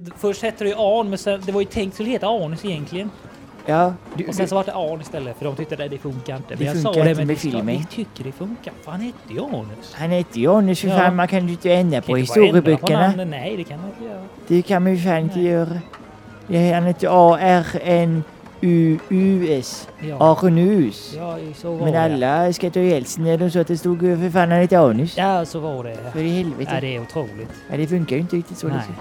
först hette det ju Arn, men sen, det var ju tänkt att heta Arnus egentligen. Ja. Och sen så var det Arn istället, för de tyckte att det funkar inte. Men Det jag sa funkar det, inte men med vi filmen. tycker det funkar. För han hette ju Arnus. Han heter ju Arnus, för Ja. fan, man kan ju inte ändra på Kan inte bara ändra på historieböckerna. namnen. Nej, det kan man inte göra. Det kan man ju fan inte Nej. göra. Han heter A-R-N-U-U-S. Ja. Arnus. Ja, så var Men det. alla skrattade ihjäl sig när de sa att det stod för fan han heter Arnus. Ja, så var det. För i helvete. Ja, det är otroligt. Ja, det funkar ju inte riktigt så. Nej. Liksom.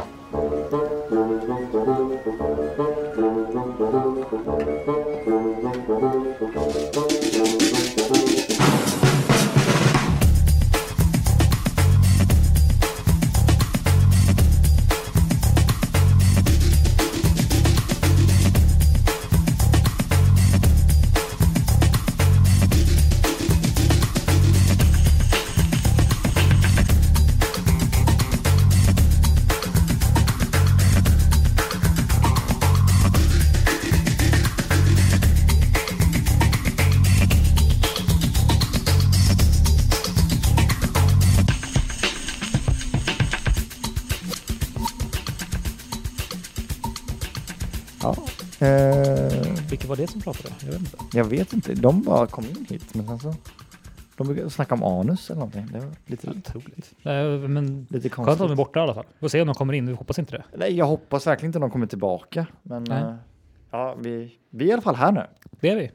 Ja. Vilket var det som pratade? Jag vet inte. Jag vet inte. De bara kom in hit. Men sen så... De brukar snacka om anus eller någonting. Det var lite Otroligt. Men lite skönt att de är konstigt. borta i alla fall. Får se om de kommer in. Vi hoppas inte det. Nej, jag hoppas verkligen inte att de kommer tillbaka. Men Nej. ja, vi är i alla fall här nu. Det är vi.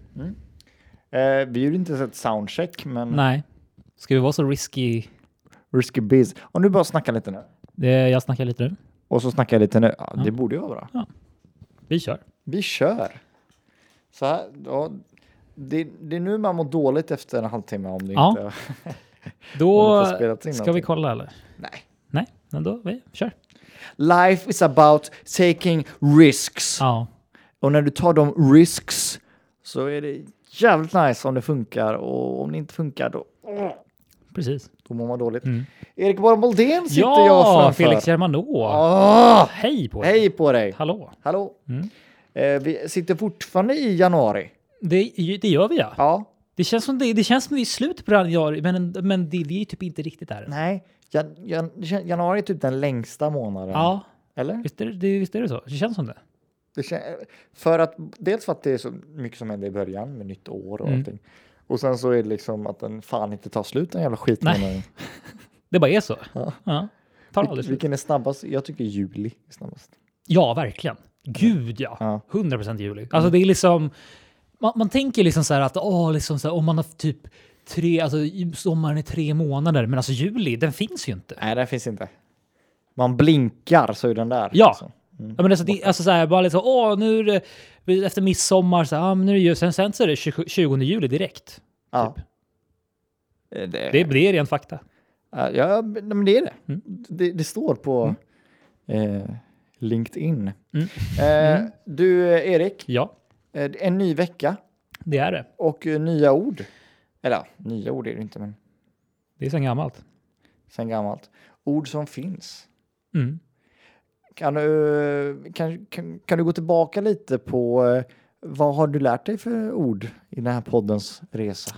Vi gjorde inte ett soundcheck, men Nej. Ska vi vara så risky? risky biz. Och nu bara snacka lite nu. Jag snackar lite nu. Och så snackar jag lite nu. Ja, Ja. det borde ju vara bra. Vi kör. Vi kör. Så här, ja, det är nu man mår dåligt efter en halvtimme om det Ja. inte om Då det inte spelats in ska vi någonting. kolla eller? Nej. Nej, men då vi kör. Life is about taking risks. Ja. Och när du tar de risks så är det jävligt nice om det funkar. Och om det inte funkar då Precis. mår man dåligt. Mm. Erik Boldén sitter jag Ja, framför. Felix Germanå. Åh, Hej på dig. hej på dig. Hallå. Hallå. Mm. Vi sitter fortfarande i januari. Det gör vi ja. Ja. Det känns som vi är i slutet på januari, men vi är typ inte riktigt där. Nej, januari är typ den längsta månaden. Ja, Eller? visst är det så. Det känns som det. För att dels för att det är så mycket som händer i början med nytt år och allting. Och sen så är det liksom att den fan inte tar slut den jävla skitmånaden. Det bara är så. Ja. Ja. Tar aldrig slut. Vilken är snabbast? Jag tycker juli är snabbast. Ja, verkligen. Gud ja. Ja. 100% juli. Alltså det är liksom... Man tänker liksom så här att liksom så här, om man har typ sommaren är 3 månader. Men alltså juli, den finns ju inte. Nej, det finns inte. Man blinkar så är den där. Ja. Alltså. Ja, men alltså så här, bara liksom, nu är det efter midsommar, så här, men nu är det ju, sen så är det 20 juli direkt. Ja. Typ. Det Det är rent fakta. ja, men det är det. Mm. Det står på LinkedIn. Mm. Du, Erik, Ja, en ny vecka det är det. och nya ord. Eller ja, nya ord är det inte, men Det är sen gammalt. sen gammalt. Ord som finns. Mm. Kan du gå tillbaka lite på vad har du lärt dig för ord i den här poddens resa?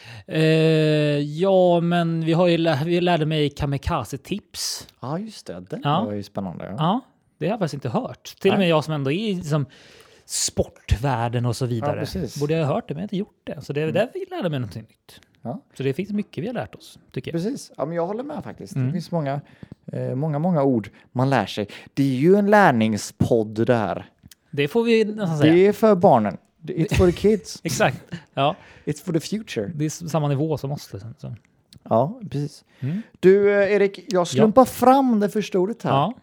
Ja, men vi lärde mig kamikaze-tips. Ja, just det. Den Ja. var ju spännande. Ja. Ja, det har jag faktiskt inte hört. Till och med jag som ändå är i liksom, sportvärlden och så vidare. Ja, precis. Borde jag ha hört det, men jag har inte gjort det. Så det är där vi lärde mig någonting nytt. Ja. Så det finns mycket vi har lärt oss, tycker jag. Precis. Ja, men jag håller med faktiskt. Mm. Det finns många ord man lär sig. Det är ju en lärningspodd det här. Det får vi nästan säga. Det är för barnen. It's for the kids. Exakt. Ja, It's for the future. det är samma nivå som oss. Liksom. Så. Ja, precis. Mm. Du, Erik, jag slumpar fram det första ordet här. Ja.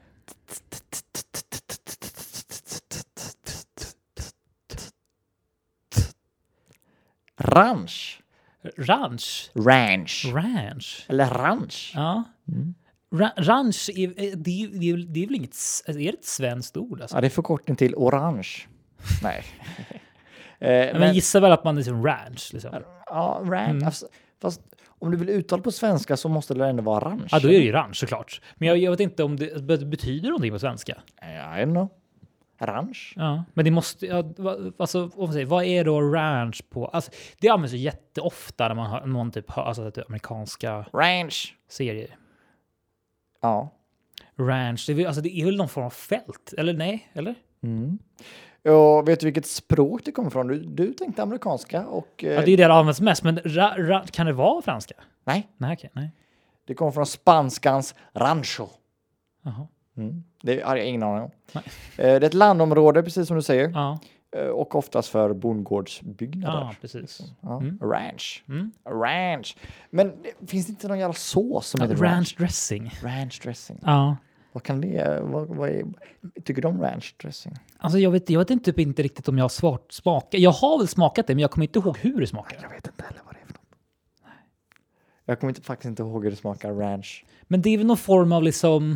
Ranch. Ranch. Ranch. Ranch. Eller ranch. Ja. Mm. Ranch, det är väl inget... Är det ett svenskt ord? Alltså? Ja, det är förkortning till orange. Nej. Men gissar väl att man är som ranch. Liksom. Ja, ranch. Mm. Alltså, fast om du vill uttala på svenska så måste det ändå vara ranch. Ja, då är det ju ranch såklart. Men jag vet inte om det betyder någonting på svenska. I don't know. Ranch. Ja, men det måste... Ja, alltså, om man säger, vad är då ranch på... Alltså, det används ju jätteofta när man har någon typ alltså, amerikanska Ranch. serier. Ja. Ranch. Det är väl någon form av fält? Eller nej? Eller? Och vet du vilket språk det kommer från? Du tänkte amerikanska och... Ja, det är det används mest. Men kan det vara franska? Nej. Nej, okej. Nej. Det kommer från spanskans rancho. Jaha. Det har jag ingen aning om. Nej. Det är ett landområde, precis som du säger. Ja. Och oftast för bondgårdsbyggnader. Ja, precis. Ja. Ranch. Ranch. Men finns det inte någon jävla sås som heter ranch dressing. Ranch dressing. Ja. Vad kan det... Vad är, tycker du om ranch dressing? Alltså jag vet inte riktigt om jag har smakat. Jag har väl smakat det, men jag kommer inte ihåg hur det smakar. Jag vet inte heller vad det är för något. Jag kommer faktiskt inte ihåg hur det smakar ranch. Men det är väl någon form av liksom...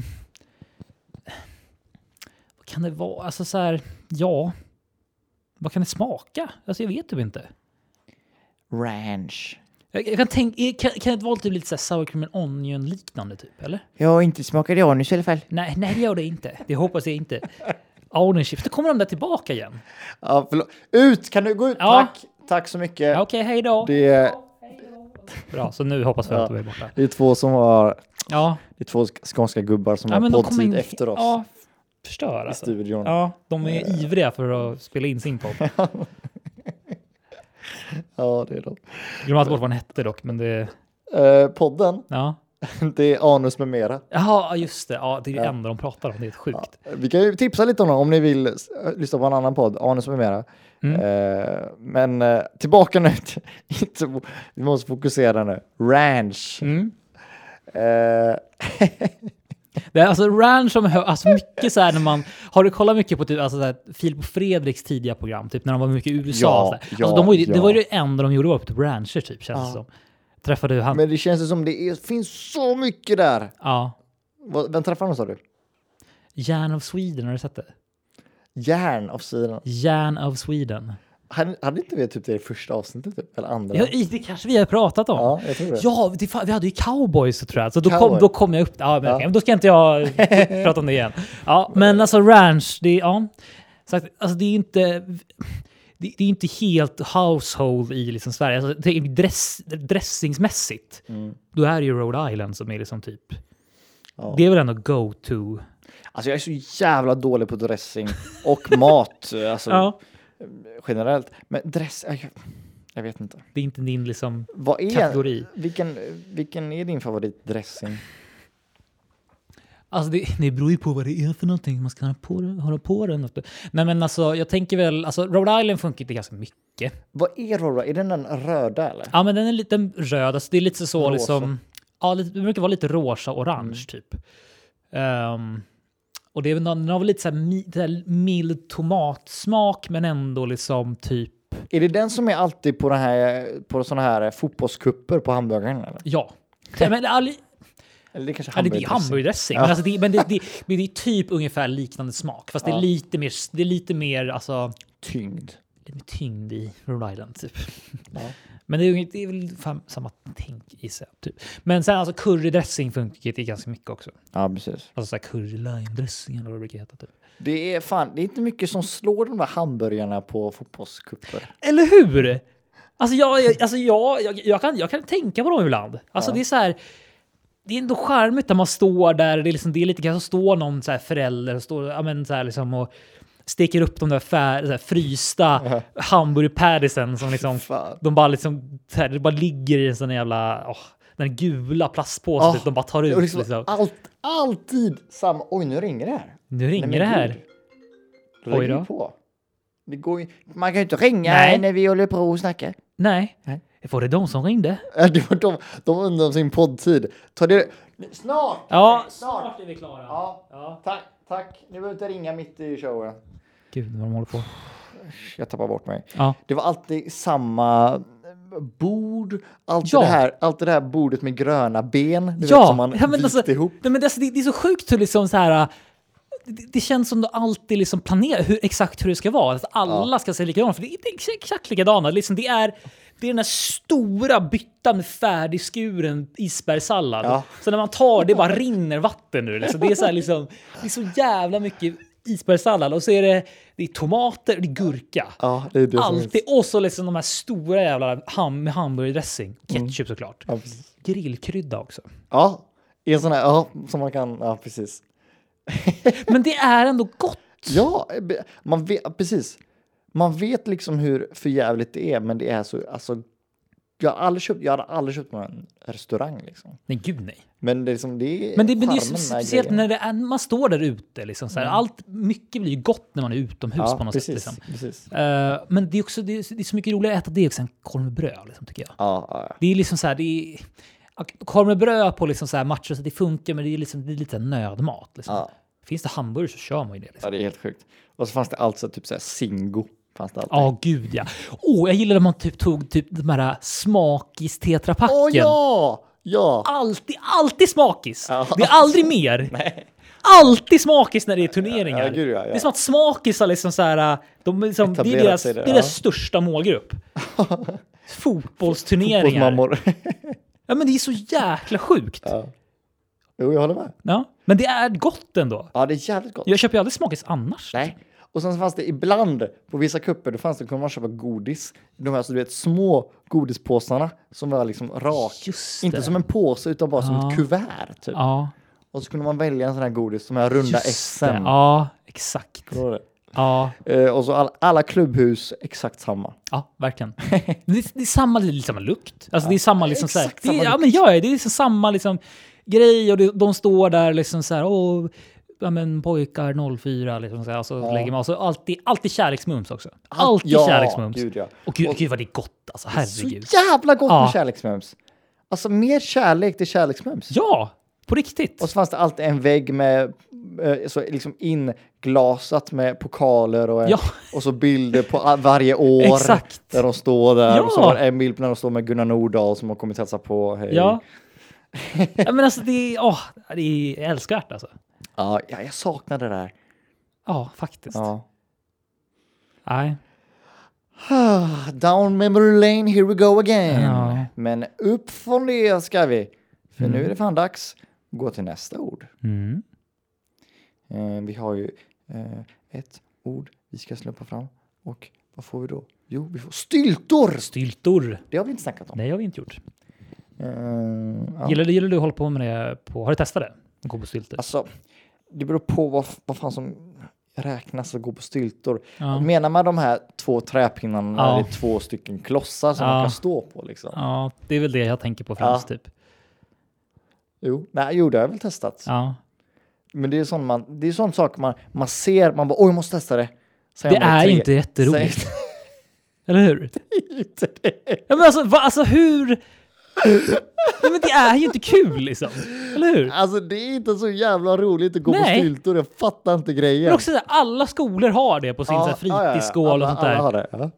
Vad kan det vara? Alltså så här, ja... Vad kan det smaka? Alltså jag vet typ inte. Ranch. Jag kan tänka... Kan det vara typ lite så här sour cream and onion liknande typ, eller? Ja, inte smakar det anus i alla fall. Nej, det gör det inte. Det hoppas jag inte. Onion chips. Då kommer de där tillbaka igen. Ja, förlåt. Ut! Kan du gå ut? Ja. Tack så mycket. Okej, hej då. Det är... Bra, så nu hoppas vi att vi är borta. Det är två som har... Ja. Det är två skånska gubbar som har poddtid efter oss. Ja, förstör i studion. Ja, de är ivriga för att spela in sin podd. Ja, det är de. Glöm inte bort vad den hette dock, men det... Podden, Ja. det är Anus med mera. Jaha, just det. Ja, det är det enda de pratar om. Det är sjukt. Ja. Vi kan ju tipsa lite om dem om ni vill lyssna på en annan podd, Anus med mera. Men tillbaka nu. Vi måste fokusera nu. Ranch. Det är alltså ranch som alltså mycket så här när man har du kollat mycket på typ alltså så här, Filip och Fredriks tidiga program typ när de var mycket i USA ja, så alltså, de var ju, det var ju det enda de gjorde var på typ rancher typ känns det som. Träffade du han? Men det känns som det finns så mycket där. Ja. Vem träffade han sa du? Järn of Sweden, har du sett det? Järn of Sweden. Järn of Sweden. Hade inte vi typ det första avsnittet typ, eller andra? Ja, det kanske vi har pratat om. Ja, jag tror det. Ja, vi hade ju Cowboys tror jag. Så då kom jag upp. Ja, men då ska inte jag prata om det igen. Ja, men alltså ranch, det är sagt, alltså det är inte det är inte helt household i liksom Sverige. Alltså, det är dressingsmässigt. Då är det ju Rhode Island som är liksom typ. Ja. Det är väl ändå go-to. Alltså jag är så jävla dålig på dressing och mat. Alltså generellt. Men jag vet inte. Det är inte din liksom kategori. Vilken är din favoritdressing? Alltså det beror ju på vad det är för någonting man ska hålla på den. Nej men alltså jag tänker väl, alltså Rhode Island funkar inte ganska mycket. Vad är Rhode Island? Är den röda eller? Ja men den är lite röd, alltså det är lite så rosa. Liksom, ja det brukar vara lite rosa orange typ. Och det är den har väl lite så här mild tomatsmak men ändå liksom typ. Är det den som är alltid på såna här fotbollskupper på hamburgaren eller? Ja. Men eller det kanske hamburgerdressing. Men alltså det är typ ungefär liknande smak fast det är lite mer alltså tyngd. Lite mer tyngd i Rhode Island typ. Ja. Men det är väl samma tänk i sig typ. Men sen alltså currydressing funkar det ganska mycket också. Ja, precis. Alltså så här curry lime dressing eller vad det brukar heta typ. Det är inte mycket som slår de där hamburgarna på fotbollskupper. Eller hur? Alltså jag kan tänka på dem ibland. Alltså det är så här. Det är ändå charmigt när man står där. Det är lite grann så står någon så här förälder och står så här liksom och steker upp de där så här frysta hamburgerpaddisen som liksom de bara liksom det bara ligger i en sån jävla den gula plastpåsen de bara tar ut liksom. Alltid samma. Oj, nu ringer det här. Nu ringer det här. Oj då. På. Det går ju, man kan ju inte ringa när vi håller på och snackar. Nej. Var det de som ringde? Det var de undrar om sin poddtid. Ta det snart. Ja, snart är vi klara. Ja. Tack. Ni behöver inte ringa mitt i showen. Gud, vad de håller på. Jag tappar bort mig. Ja. Det var alltid samma bord. Allt det här bordet med gröna ben. Du vet, som man vikt ihop. Men det är så sjukt hur liksom så här. Det känns som att alltid liksom planerar exakt hur det ska vara. Att alla ska se likadant. För det är exakt likadana. Liksom det är den här stora byttan med färdigskuren isbergssallad. Ja. Så när man tar det bara rinner vatten nu. Liksom. Det är så här liksom, det är så jävla mycket isbergssallad. Och så är det är tomater och det är gurka. Ja, det är det alltid. Och så liksom de här stora jävla med hamburgerdressing. Ketchup såklart. Ja, grillkrydda också. Ja, i en sån här, som man kan, precis. Men det är ändå gott. Ja, man vet, precis. Man vet liksom hur förjävligt det är, men det är så, alltså, jag hade aldrig köpt på en restaurang liksom. Nej, gud nej. Men det är liksom, det är men det är ju speciellt när man står där ute liksom, så här, mycket blir ju gott när man är utomhus på något sätt liksom. Precis. Men det är också det är så mycket roligare att äta det också än korv med bröd liksom, tycker jag. Ja. Det är liksom så här, korv med bröd på liksom så här matcher så det funkar, men det är lite nödmat liksom. Ja. Finns det hamburgare så kör man ju det liksom. Ja, det är helt sjukt. Och så fanns det alltså typ så här Zingo. Ja, gud ja. Jag gillade när man typ tog typ de här smakis tetrapacken. Ja. Alltid smakis. Ja. Det är aldrig mer. Nej. Alltid smakis när det är turneringar. Ja. Det är som att smakisar liksom så här, det är deras största målgrupp. Fotbollsturneringar. Fotbollsmammor. Ja, men det är så jäkla sjukt. Ja. Jo, jag håller med. Ja, men det är gott ändå. Ja, det är jävligt gott. Jag köper ju aldrig smakis annars. Nej. Och sen fanns det ibland på vissa kupper, då kunde man köpa godis. De här små godispåsarna som var liksom inte som en påse utan bara som ett kuvert typ. Ja. Och så kunde man välja en sån här godis som är runda SM. Ja, exakt. Ja. Och så alla klubbhus exakt samma. Ja, verkligen. Det är samma lukt. Alltså det är samma liksom så här. Det är liksom samma liksom grej och de står där liksom så här men pojkar 04 liksom så här, och så lägger man så alltid kärleksmums också. Alltid kärleksmums. Gud, ja. Och gud vad det är gott alltså, herregud. Så jävla gott med kärleksmums. Alltså mer kärlek till kärleksmums. Ja, på riktigt. Och så fanns det alltid en vägg med så liksom inglasat med pokaler och så bilder på varje år. Exakt. Där de står där. Och så var en bild när de står med Gunnar Nordahl som har kommit hälsa på. Hej. Ja. Men alltså det är älskvärt alltså. Ja, jag saknar det där. Ja, faktiskt. Ja. Nej. Down memory lane, here we go again. Ja. Men upp från det ska vi. För nu är det fan dags att gå till nästa ord. Vi har ju ett ord vi ska släppa fram. Och vad får vi då? Jo, vi får styltor. Styltor. Det har vi inte snackat om. Nej, har vi inte gjort. Gillar du att hålla på med det? Har du testat det? Att gå på styltor? Alltså, det beror på vad fan som räknas att gå på styltor. Ja. Menar man de här 2 träpinnarna när det är 2 stycken klossar som man kan stå på liksom? Ja, det är väl det jag tänker på främst typ. Jo, det har jag väl testat. Ja. Men det är sån sak man ser, man bara, jag måste testa det. Det är inte jätteroligt. Eller hur? Det är inte det. Ja, men alltså hur... Ja, men det är ju inte kul liksom. Eller hur? Alltså det är inte så jävla roligt att gå på styltor. Jag fattar inte grejen. Men också alla skolor har det på sin fritidsskål och sånt där. Alla har det. Ja.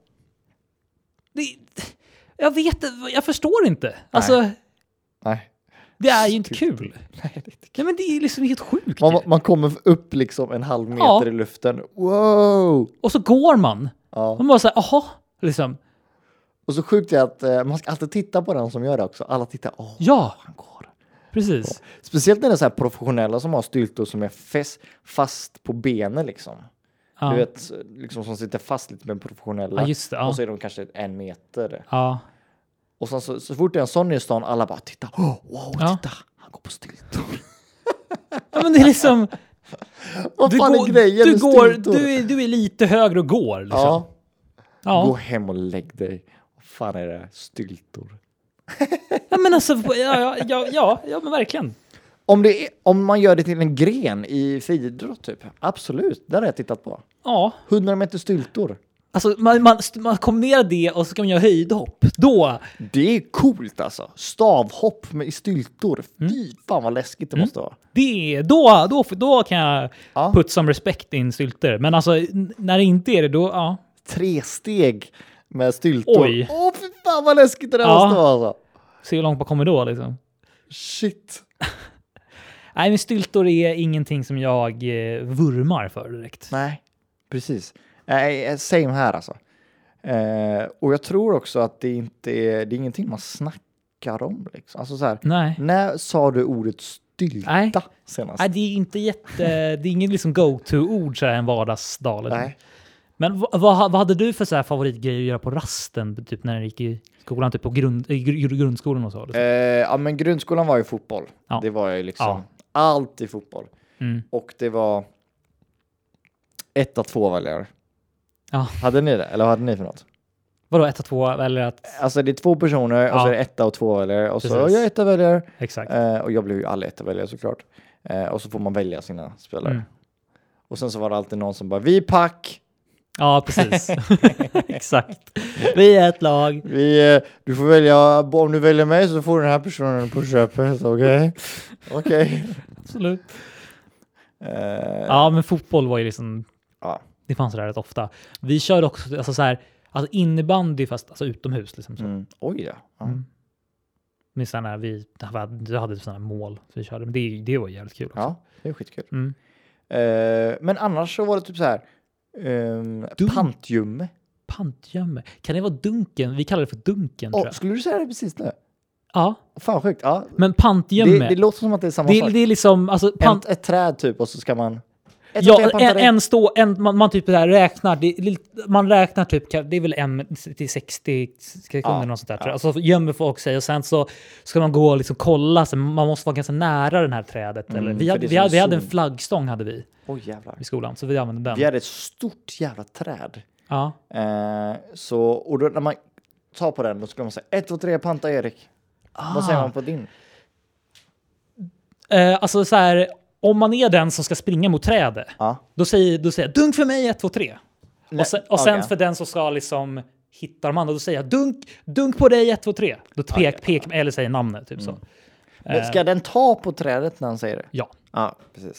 Jag förstår inte. Alltså, nej. Det är ju inte kul. Nej, det är inte kul. Nej, men det är liksom helt sjukt. Man kommer upp liksom en halv meter i luften. Wow! Och så går man. Ja. Man bara säger, aha, liksom. Och så sjukt är att man ska alltid titta på den som gör det också. Alla tittar, han går. Precis. Ja. Speciellt när det är så här professionella som har styltor som är fast på benen liksom. Ja. Du vet, liksom som sitter fast lite med professionella. Ja, just det, ja. Och så är de kanske 1 meter. Ja. Och så fort det är en sån i stan, alla bara titta. Titta, han går på styltor. Ja, men det är liksom... Vad fan är grejen med styltor? Du är lite högre och går liksom. Ja. Gå hem och lägg dig. Vad fan är det? Styltor. Ja, men alltså, ja, men verkligen. Om man gör det till en gren i friidrott typ. Absolut, det har jag tittat på. Ja. 100 meter styltor. Alltså man kombinerar det och så kan man göra höjdhopp. Då. Det är coolt alltså. Stavhopp med styltor. Fy fan vad läskigt det måste vara. Då kan jag put some respect in styltor. Men alltså när det inte är det då, 3 steg med styltor. Oj. Fy fan vad läskigt det där måste vara alltså. Se hur långt man kommer då liksom. Shit. Nej, men styltor är ingenting som jag vurmar för direkt. Nej, precis. Same här alltså. Och jag tror också att det är ingenting man snackar om. Liksom. Alltså så här, när sa du ordet stylta senast? Nej, det är inte det är ingen liksom go-to-ord så här en vardagsdag. Nej. Men vad hade du för så här favoritgrejer att göra på rasten typ när du gick i skolan, typ på grundskolan och så? Men grundskolan var ju fotboll. Ja. Det var ju liksom allt i fotboll. Och det var 1 av 2 väljare. Ja. Hade ni det? Eller vad hade ni för något? Vadå 1 av 2 eller att... Alltså det är 2 personer och så är det 1 av 2 väljare. Och så jag är 1 av väljare. Exakt. Och jag blev ju aldrig 1 av väljare såklart. Och så får man välja sina spelare. Och sen så var det alltid någon som bara, vi pack! Ja, precis. Exakt. Vi är ett lag. Du får välja, om du väljer mig så får den här personen på köpet. Okej. Absolut. Ja, men fotboll var ju liksom... Ja. Det fanns det där rätt ofta. Vi körde också alltså så här, alltså innebandy fast alltså utomhus liksom så. Oj ja. Men sen när vi hade sådana mål så vi körde, men det var jävligt kul också. Ja, det är skitkul. Men annars så var det typ så här pantgömme. Pantgömme. Kan det vara dunken? Vi kallar det för dunken tror jag. Skulle du säga det precis nu? Ja. Fan sjukt. Ja. Men pantgömme. Det låter som att det är samma sak. Det är liksom alltså ett träd typ och så ska man man typ där räknar man räknar typ det är väl 1 till 60 sekunder och sånt där tror jag. Alltså gömmer folk sig och sen så ska man gå och liksom kolla så man måste vara ganska nära den här trädet eller vi hade en flaggstång hade vi. Jävlar. I skolan så vi använde den. Vi hade ett stort jävla träd. Ja. Så och då när man tar på den då skulle man säga 1 2 3 panta Erik. Vad säger man på din? Alltså så här om man är den som ska springa mot trädet, då säger jag dunk för mig 1, 2, 3. Och sen för den som ska liksom hitta de andra, då säger jag dunk på dig 1, 2, 3. Då pek eller säger namnet typ så. Men ska den ta på trädet när han säger det? Ja. Ja, precis.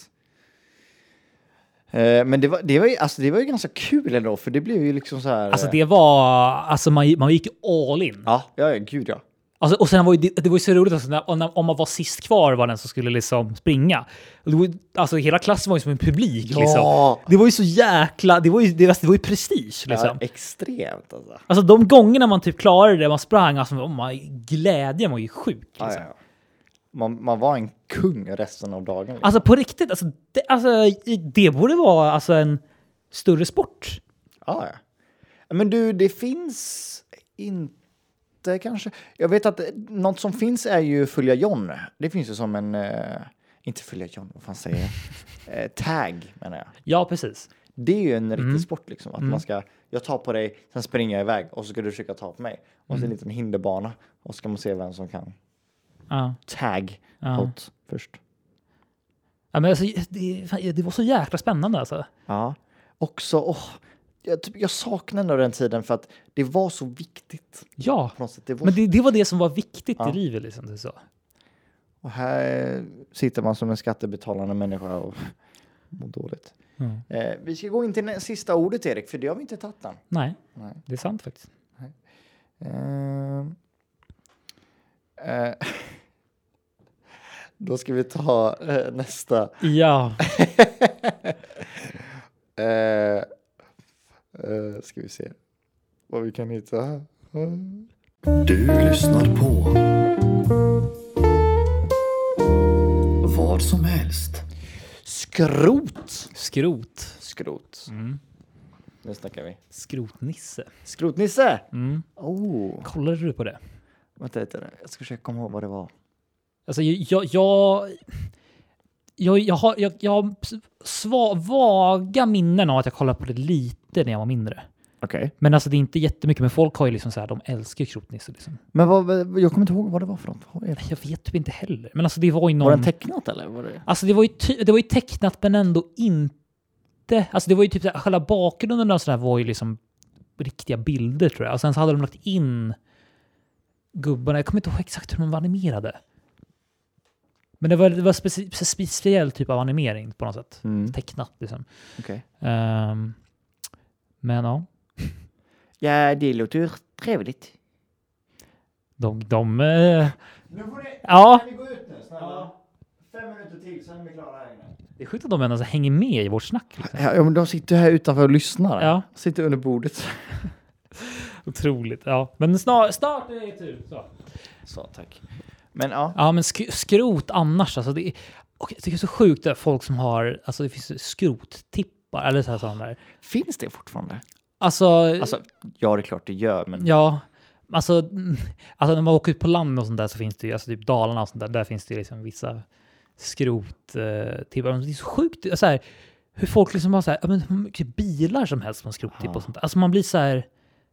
Men det var ju ganska kul ändå, för det blev ju liksom så här. Alltså man gick all in. Ja, gud ja. Alltså, och sen var det var ju så roligt också, om man var sist kvar var den som skulle liksom springa. Alltså hela klassen var ju som en publik liksom. Det var ju så jäkla det var ju prestige liksom. Ja, extremt alltså. Alltså de gångerna man typ klarade det, man sprang alltså glädjen var ju sjuk liksom. Ja. Man var en kung resten av dagen. Liksom. Alltså på riktigt det borde vara alltså en större sport. Ja. Men du, det finns inte kanske. Jag vet att något som finns är ju Följa John. Det finns ju som en inte Följa John, vad fan säger jag? Tag menar jag. Ja, precis. Det är ju en riktig sport liksom att man ska jag tar på dig, sen springer jag iväg och så ska du försöka ta på mig. Och så en liten hinderbana och så ska man se vem som kan. Tag out först. Ja, men alltså, det var så jäkla spännande alltså. Ja. Också jag saknar ändå den tiden för att det var så viktigt. Ja, men det var det som var viktigt i livet. Liksom, det så. Och här sitter man som en skattebetalande människa och mår dåligt. Vi ska gå in till det sista ordet, Erik, för det har vi inte tagit än. Nej, det är sant faktiskt. Då ska vi ta nästa. Ja. Ska vi se vad vi kan hitta. Du lyssnar på vad som helst. Skrot. Nu snackar vi. Skrotnisse. Kollade du på det? Vänta lite. Jag ska försöka komma ihåg vad det var. Alltså jag har vaga minnen av att jag kollade på det lite när jag var mindre. Okej. Men alltså det är inte jättemycket, men folk har ju liksom så här, de älskar Skrotnisse liksom. Men jag kommer inte ihåg vad det var för något. Jag vet typ inte heller. Men alltså det var ju någon... Var den tecknat eller? Var det... Alltså det var ju tecknat men ändå inte. Alltså det var ju typ så här, själva bakgrunden och sådär var ju liksom riktiga bilder tror jag. Och sen så hade de lagt in gubbarna. Jag kommer inte ihåg exakt hur de var animerade. Men det var speciell typ av animering på något sätt. Tecknat liksom. Okej. Men ja. Ja, det låter trevligt. De Nu får ni... Kan vi gå ut nu, snälla? 5 minuter till, sen är vi klara här inne. Det är sjukt att de ändå hänger med i vårt snack. Liksom. Ja, men de sitter här utanför och lyssnar. Ja. Sitter under bordet. Otroligt, ja. Men snart är det tur. Så, tack. Men ja. Ja, men skrot annars. Alltså det är, och jag tycker det är så sjukt att folk som har... Alltså det finns skrottippar eller så här sådana där. Finns det fortfarande? Alltså, ja, det är klart det gör. Men... Ja, alltså när man åker ut på land och sånt där så finns det ju, alltså typ Dalarna och sånt där finns det ju liksom vissa skrot typ. Det är så sjukt så här, hur folk liksom har så här, men hur mycket bilar som helst på en skrottipp och sånt. Alltså man blir så här,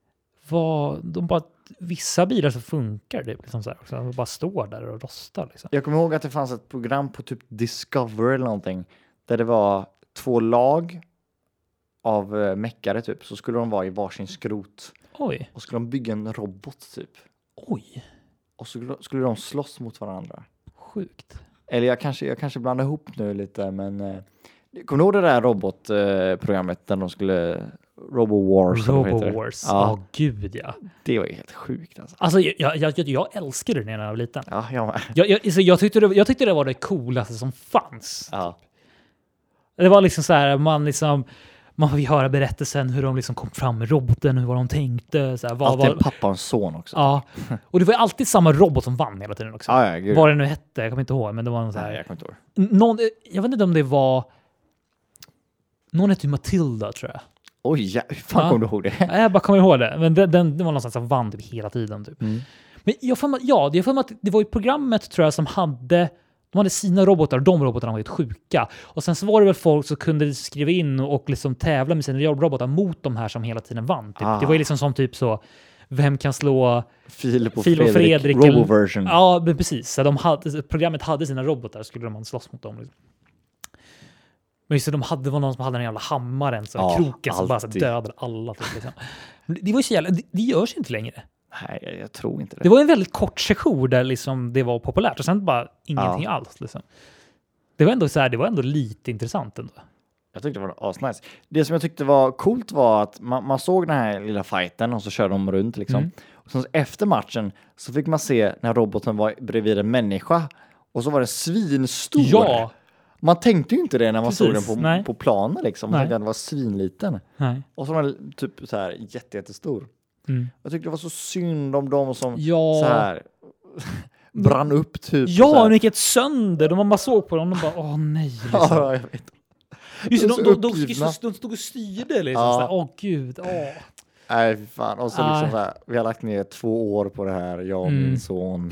vissa bilar så funkar det liksom så här också. De bara står där och rostar liksom. Jag kommer ihåg att det fanns ett program på typ Discovery eller någonting där det var 2 lag av meckare typ, så skulle de vara i varsin skrot. Oj. Och skulle de bygga en robot typ. Oj. Och så skulle de slåss mot varandra. Sjukt. Eller jag kanske blandar ihop nu lite, men kommer du ihåg det där robotprogrammet där de skulle RoboWars. Ja, gud ja. Det var ju helt sjukt alltså. Alltså jag älskade det när jag var liten. Ja, jag med. Jag tyckte det var det coolaste som fanns. Ja. Det var liksom så här, man fick höra berättelsen hur de liksom kom fram med roboten, hur de tänkte. Så här, alltid pappa och son också. Ja, och det var alltid samma robot som vann hela tiden också. Ja, gud. Vad det nu hette, jag kommer inte ihåg. Men det var någon så här, jag kommer inte ihåg. Jag vet inte om det var... Någon hette ju Matilda, tror jag. Oj, hur fan kom du ihåg det? Jag bara kommer ihåg det. Men det var någonstans som vann typ hela tiden. Typ. Men jag får mig att det var ju programmet, tror jag, som hade sina robotar, och de robotarna var helt sjuka. Och sen så var det väl folk som kunde skriva in och liksom tävla med sina robotar mot de här som hela tiden vann. Typ. Det var ju liksom som typ så, vem kan slå Filip och Fredrik Robo-version. Ja, men precis. Så programmet hade sina robotar, skulle man slåss mot dem. Liksom. Men just det, det var någon som hade den jävla hammaren, så kroken som bara så dödade alla. Typ, liksom. Det var ju så jävla, det görs inte längre. Nej, jag tror inte det. Det var en väldigt kort session där liksom det var populärt och sen bara ingenting alls. Liksom. Det var ändå så här, det var ändå lite intressant ändå. Jag tyckte det var asnice. Det som jag tyckte var coolt var att man såg den här lilla fighten och så körde de runt liksom. Och sen efter matchen så fick man se när roboten var bredvid en människa och så var den svinstor. Ja. Man tänkte ju inte det när man såg den på planen liksom. Man tänkte att den var svinliten. Nej. Och så var den typ så här jättestor. Jag tyckte det var så synd om dem som så här brann upp typ. Ja, de gick ett sönder. De bara såg på dem och bara, åh nej. Liksom. Ja, jag vet. Just de stod och styrde liksom. Ja. Åh gud, Nej, fan. Och så liksom så här, vi har lagt ner 2 år på det här, jag och min son.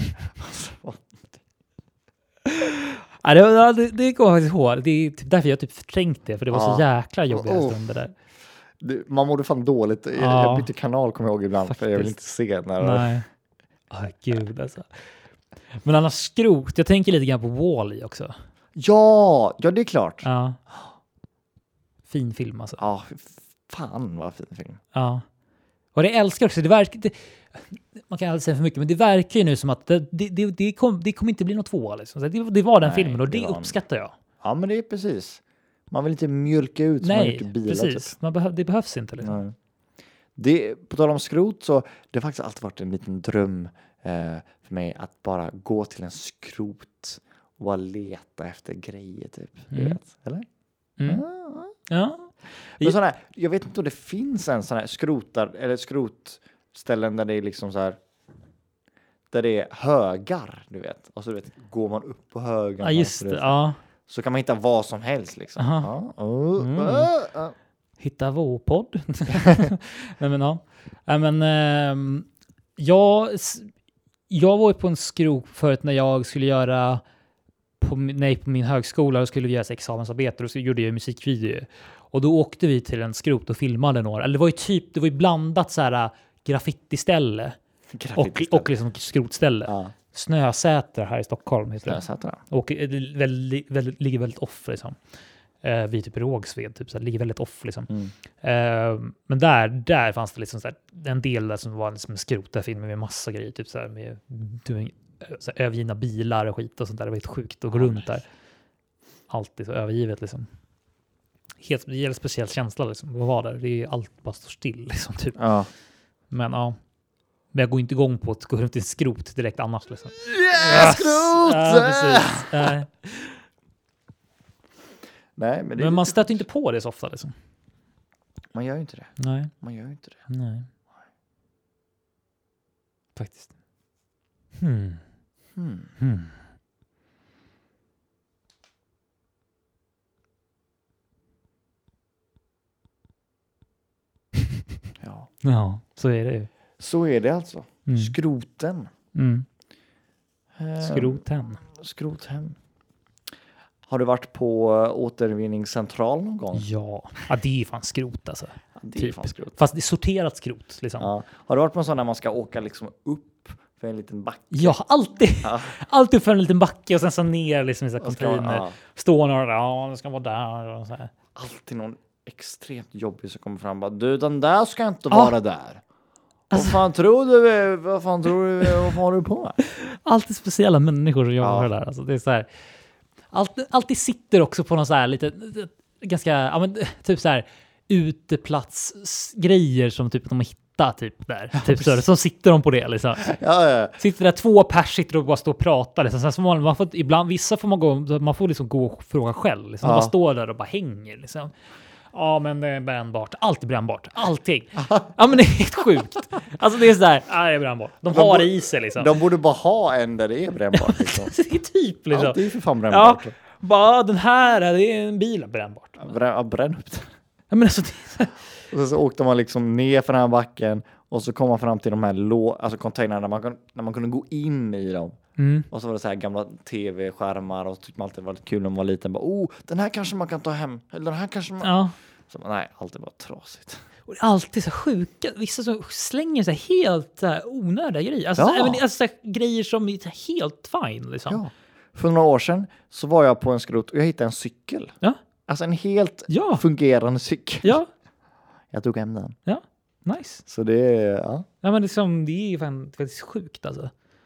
Det går faktiskt ihåg. Det är typ därför jag typ förträngt det, för det var så jäkla jobbiga stunder där. Man mådde fan dåligt. Jag bytte kanal, kommer jag ihåg ibland, för jag vill inte se när. Nej. Gud alltså. Men annars skrot, jag tänker lite grann på Wall-E också. Ja, det är klart. Ja. Fin film alltså. Ja, fan vad fin film. Ja. Och det älskar också, man kan aldrig säga för mycket, men det verkar ju nu som att det kommer inte bli något 2 liksom. Det var den filmen och det uppskattar jag. Ja, men det är precis. Man vill inte mjölka ut så mycket bilar. Precis. Typ. Det behövs inte. Liksom. På tal om skrot, så det har faktiskt alltid varit en liten dröm för mig att bara gå till en skrot och bara leta efter grejer typ. Du vet, eller? Ja. Men sån här, jag vet inte om det finns en sån här skrotställen där det är liksom så här, där det är högar, du vet. Och så du vet, går man upp på högarna. Ja, just det. Ja. Så kan man hitta vad som helst liksom. Hitta vår podd. Nej, men ja. Jag var ju på en skrot förut när jag skulle göra på min högskola och skulle göra examensarbete och så gjorde jag musikvideo. Och då åkte vi till en skrot och filmade några. Eller det var ju blandat så här graffitiställe och liksom skrotställe. Ja. Snösätra här i Stockholm heter det. Snösätra. Och ligger väldigt off liksom. Vi typ Rågsved typ så här, ligger väldigt off liksom. Men där fanns det liksom så här, en del där som var liksom en skrot där filmen med massa grejer typ så här med så här, övergivna bilar och skit och sånt där. Det var helt sjukt att gå runt där. Alltid så övergivet liksom. Det ger en speciell känsla liksom. Vad var där? Det är allt bara står still liksom typ. Ja. Men jag går inte igång på att gå runt i en skrot direkt annars liksom. Yes! Skrot! Ja, precis. Nej, men man stöter inte på det så ofta liksom. Man gör ju inte det. Nej. Man gör ju inte det. Nej. Faktiskt. Ja, så är det ju. Så är det alltså. Skroten. Skroten. Har du varit på återvinningscentral någon gång? Ja, det är fan skrot alltså. Det är fan skrot. Fast det är sorterat skrot liksom. Ja. Har du varit på en sån där man ska åka liksom upp för en liten backe? Ja, alltid för en liten backe och sen så ner liksom i så container. Står några, det ska vara där och så här. Alltid någon extremt jobbig som kommer fram och bara, du, den där ska inte vara där. Alltså, vad fan tror du? Vad har du på med? Alltid speciella människor som jobbar där. Alltså, det är så här. Alltid sitter också på någon så här lite ganska, typ så här uteplatsgrejer som typ de har hittat typ där. Typ så sitter de på det liksom. Ja. Sitter där 2 pers sitter och bara står och pratar liksom. Sen så man får ibland, vissa får man får liksom gå och fråga själv liksom. Man bara står där och bara hänger liksom. Ja, men det är brännbart. Allt är brännbart. Allting. Ja, men det är helt sjukt. Alltså det är så där, det är brännbart. De har det i sig liksom. De borde bara ha en där det är brännbart liksom. Det är typ liksom. Allt är för fan brännbart. Ja, bara den här, det är en bil brännbart. Bränn upp det. Ja, men alltså och så åkte man liksom ner för den här backen och så kom man fram till de här containrarna när man kunde gå in i dem. Och så var det så här gamla tv-skärmar och tyckte man alltid var kul när man var liten. Bara, den här kanske man kan ta hem. Eller den här kanske man... Ja. Så, nej, allt är bara trasigt. Och det är alltid så sjuka. Vissa som slänger så helt så här onödiga grejer. Alltså, så här grejer som är helt fine liksom. Ja. För några år sedan så var jag på en skrot och jag hittade en cykel. Ja. Alltså en helt fungerande cykel. Ja. Jag tog hem den. Ja, nice. Så det är... Ja, men liksom, det är faktiskt sjukt alltså.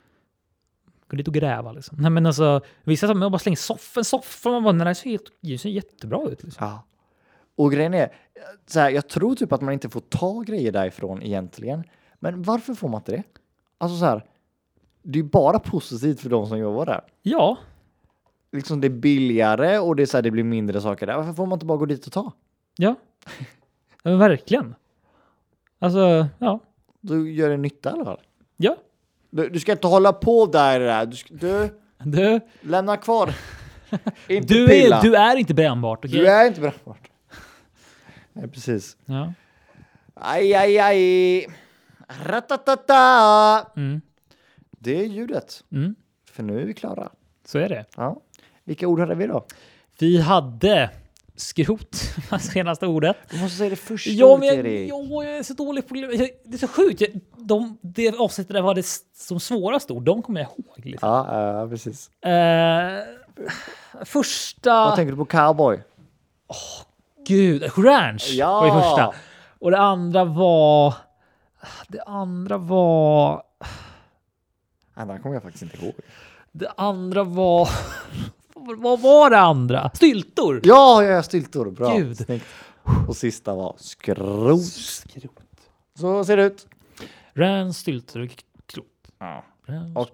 Gå dit och gräva liksom. Nej, men alltså, vissa som bara slänger soffa man bara, när det ser jättebra ut liksom. Ja. Och grejen är, så här, jag tror typ att man inte får ta grejer därifrån egentligen. Men varför får man inte det? Alltså så här, det är bara positivt för de som jobbar där. Ja. Liksom det är billigare och det är så här, det blir mindre saker där. Varför får man inte bara gå dit och ta? Ja. Men verkligen. Alltså, ja. Du gör det nytta i alla fall. Ja. Du ska inte hålla på där. Du lämna kvar. Inte du är inte brännbart. Okay? Du är inte brännbart. Nej, precis. Ja. Aj. Ratatata. Det är ljudet. För nu är vi klara. Så är det. Ja. Vilka ord hade vi då? Vi hade skrot, senaste ordet. Du måste säga det första ordet, Erik. Jag är så dålig på det. Det är så sjukt. Det avsnittet där var det som svåraste ord. De kommer jag ihåg. Liksom. Ja, precis. Första... Vad tänker du på? Cowboy? Gud. Ranch var det första. Och det andra var... Det kommer jag faktiskt inte ihåg. Det andra var... Vad var det andra? Styltor! Ja, styltor. Bra. Gud. Snyggt. Och sista var skrot. Så ser det ut. Ranch, styltor och skrot. Ja. Och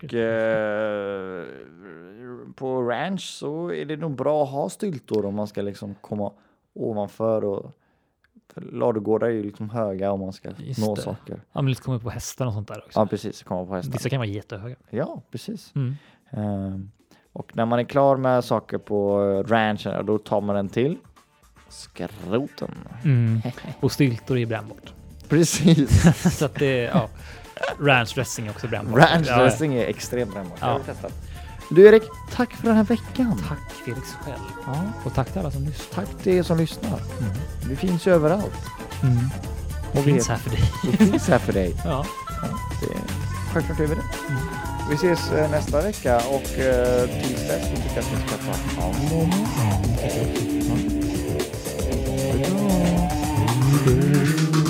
på ranch så är det nog bra att ha styltor om man ska liksom komma ovanför. Och ladugårdar är ju liksom höga om man ska nå saker. Ja, men lite komma på hästar och sånt där också. Ja, precis. Komma på hästar. Vissa kan vara jättehöga. Ja, precis. Och när man är klar med saker på ranchen, då tar man den till skroten. Och styltor är brännbart. Precis. Så att det är, ranch dressing är också brännbart. Ranch dressing är extremt brännbart. Ja. Du Erik, tack för den här veckan. Tack Felix själv. Ja. Och tack till alla som lyssnar. Tack till er som lyssnar. Vi finns ju överallt. Och finns här för dig. Vi finns här för dig. Ja. Självklart är vi det. Vi ses nästa vecka och tills dess så tycker jag att ni ska ta hand om oss.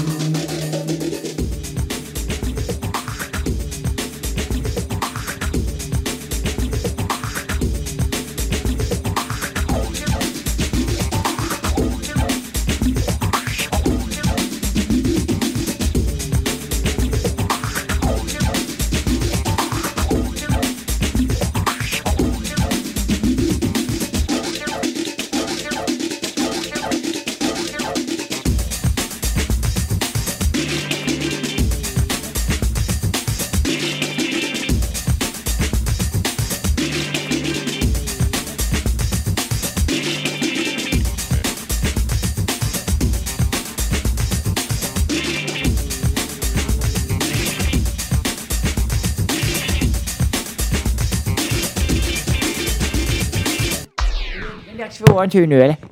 våran tur nu eller?